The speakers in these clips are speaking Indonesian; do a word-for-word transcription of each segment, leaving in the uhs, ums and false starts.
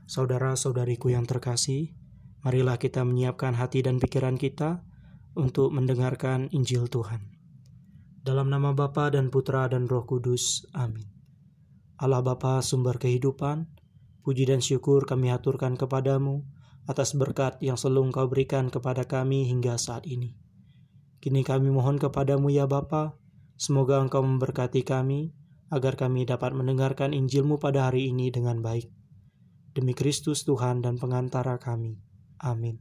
Saudara-saudariku yang terkasih, marilah kita menyiapkan hati dan pikiran kita untuk mendengarkan Injil Tuhan. Dalam nama Bapa dan Putra dan Roh Kudus, amin. Allah Bapa sumber kehidupan, puji dan syukur kami haturkan kepadamu atas berkat yang selalu Engkau berikan kepada kami hingga saat ini. Kini kami mohon kepadamu ya Bapa, semoga Engkau memberkati kami, agar kami dapat mendengarkan Injil-Mu pada hari ini dengan baik. Demi Kristus Tuhan dan pengantara kami. Amin.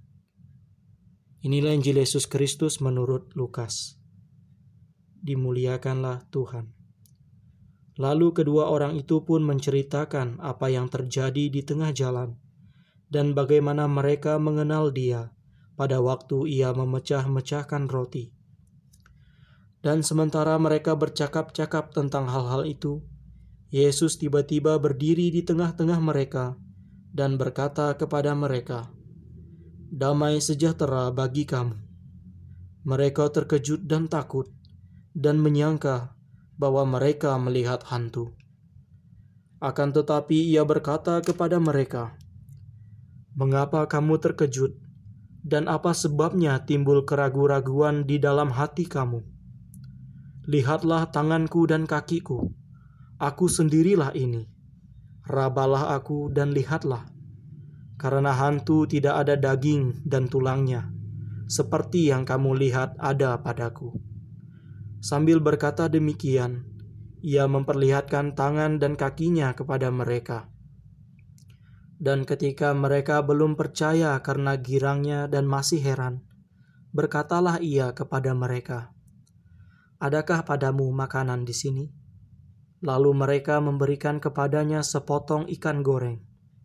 Inilah Injil Yesus Kristus menurut Lukas. Dimuliakanlah Tuhan. Lalu kedua orang itu pun menceritakan apa yang terjadi di tengah jalan, dan bagaimana mereka mengenal Dia pada waktu Ia memecah-mecahkan roti. Dan sementara mereka bercakap-cakap tentang hal-hal itu, Yesus tiba-tiba berdiri di tengah-tengah mereka dan berkata kepada mereka, "Damai sejahtera bagi kamu." Mereka terkejut dan takut, dan menyangka bahwa mereka melihat hantu. Akan tetapi Ia berkata kepada mereka, "Mengapa kamu terkejut, dan apa sebabnya timbul keraguan-raguan di dalam hati kamu? Lihatlah tanganku dan kakiku, aku sendirilah ini. Rabalah aku dan lihatlah, karena hantu tidak ada daging dan tulangnya, seperti yang kamu lihat ada padaku." Sambil berkata demikian, Ia memperlihatkan tangan dan kakinya kepada mereka. Dan ketika mereka belum percaya karena girangnya dan masih heran, berkatalah Ia kepada mereka, "Adakah padamu makanan di sini?" Lalu mereka memberikan kepadanya sepotong ikan goreng.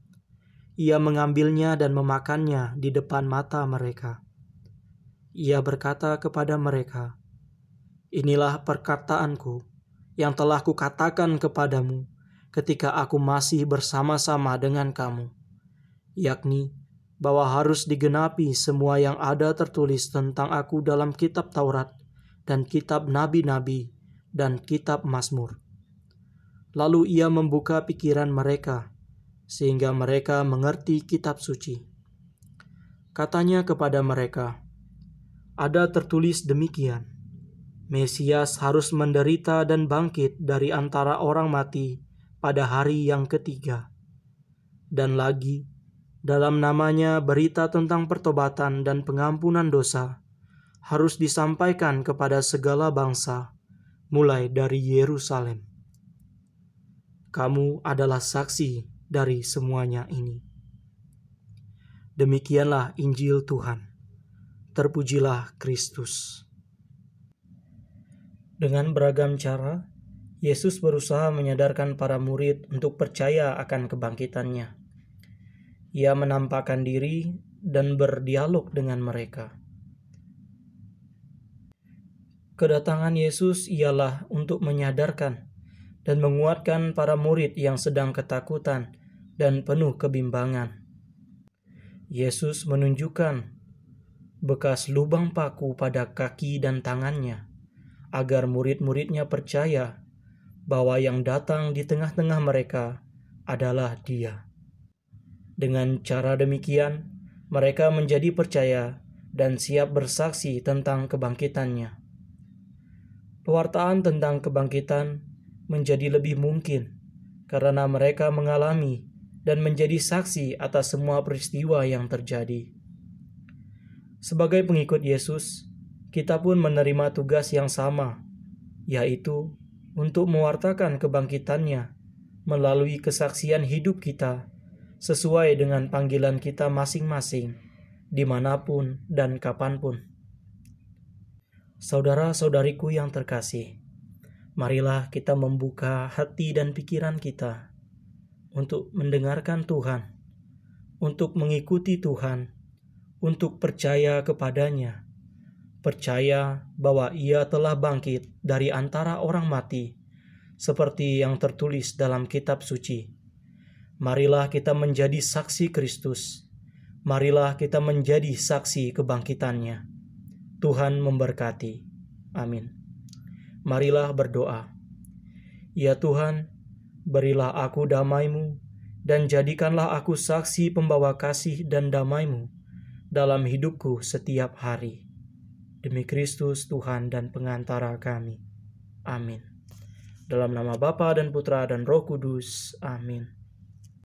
Ia mengambilnya dan memakannya di depan mata mereka. Ia berkata kepada mereka, "Inilah perkataanku yang telah kukatakan kepadamu ketika aku masih bersama-sama dengan kamu, yakni bahwa harus digenapi semua yang ada tertulis tentang aku dalam kitab Taurat dan kitab nabi-nabi dan kitab Mazmur." Lalu Ia membuka pikiran mereka, sehingga mereka mengerti kitab suci. Katanya kepada mereka, "Ada tertulis demikian, Mesias harus menderita dan bangkit dari antara orang mati pada hari yang ketiga. Dan lagi, dalam namanya berita tentang pertobatan dan pengampunan dosa harus disampaikan kepada segala bangsa, mulai dari Yerusalem. Kamu adalah saksi dari semuanya ini." Demikianlah Injil Tuhan. Terpujilah Kristus. Dengan beragam cara, Yesus berusaha menyadarkan para murid untuk percaya akan kebangkitannya. Ia menampakkan diri dan berdialog dengan mereka. Kedatangan Yesus ialah untuk menyadarkan dan menguatkan para murid yang sedang ketakutan dan penuh kebimbangan. Yesus menunjukkan bekas lubang paku pada kaki dan tangannya, agar murid-muridnya percaya bahwa yang datang di tengah-tengah mereka adalah Dia. Dengan cara demikian, mereka menjadi percaya dan siap bersaksi tentang kebangkitannya. Pewartaan tentang kebangkitan menjadi lebih mungkin karena mereka mengalami dan menjadi saksi atas semua peristiwa yang terjadi. Sebagai pengikut Yesus, kita pun menerima tugas yang sama, yaitu untuk mewartakan kebangkitannya melalui kesaksian hidup kita sesuai dengan panggilan kita masing-masing, dimanapun dan kapanpun. Saudara-saudariku yang terkasih, marilah kita membuka hati dan pikiran kita untuk mendengarkan Tuhan, untuk mengikuti Tuhan, untuk percaya kepadanya, percaya bahwa Ia telah bangkit dari antara orang mati, seperti yang tertulis dalam kitab suci. Marilah kita menjadi saksi Kristus. Marilah kita menjadi saksi kebangkitannya. Tuhan memberkati. Amin. Marilah berdoa. Ya Tuhan, berilah aku damai-Mu, dan jadikanlah aku saksi pembawa kasih dan damai-Mu dalam hidupku setiap hari. Demi Kristus Tuhan dan pengantara kami. Amin. Dalam nama Bapa dan Putra dan Roh Kudus. Amin.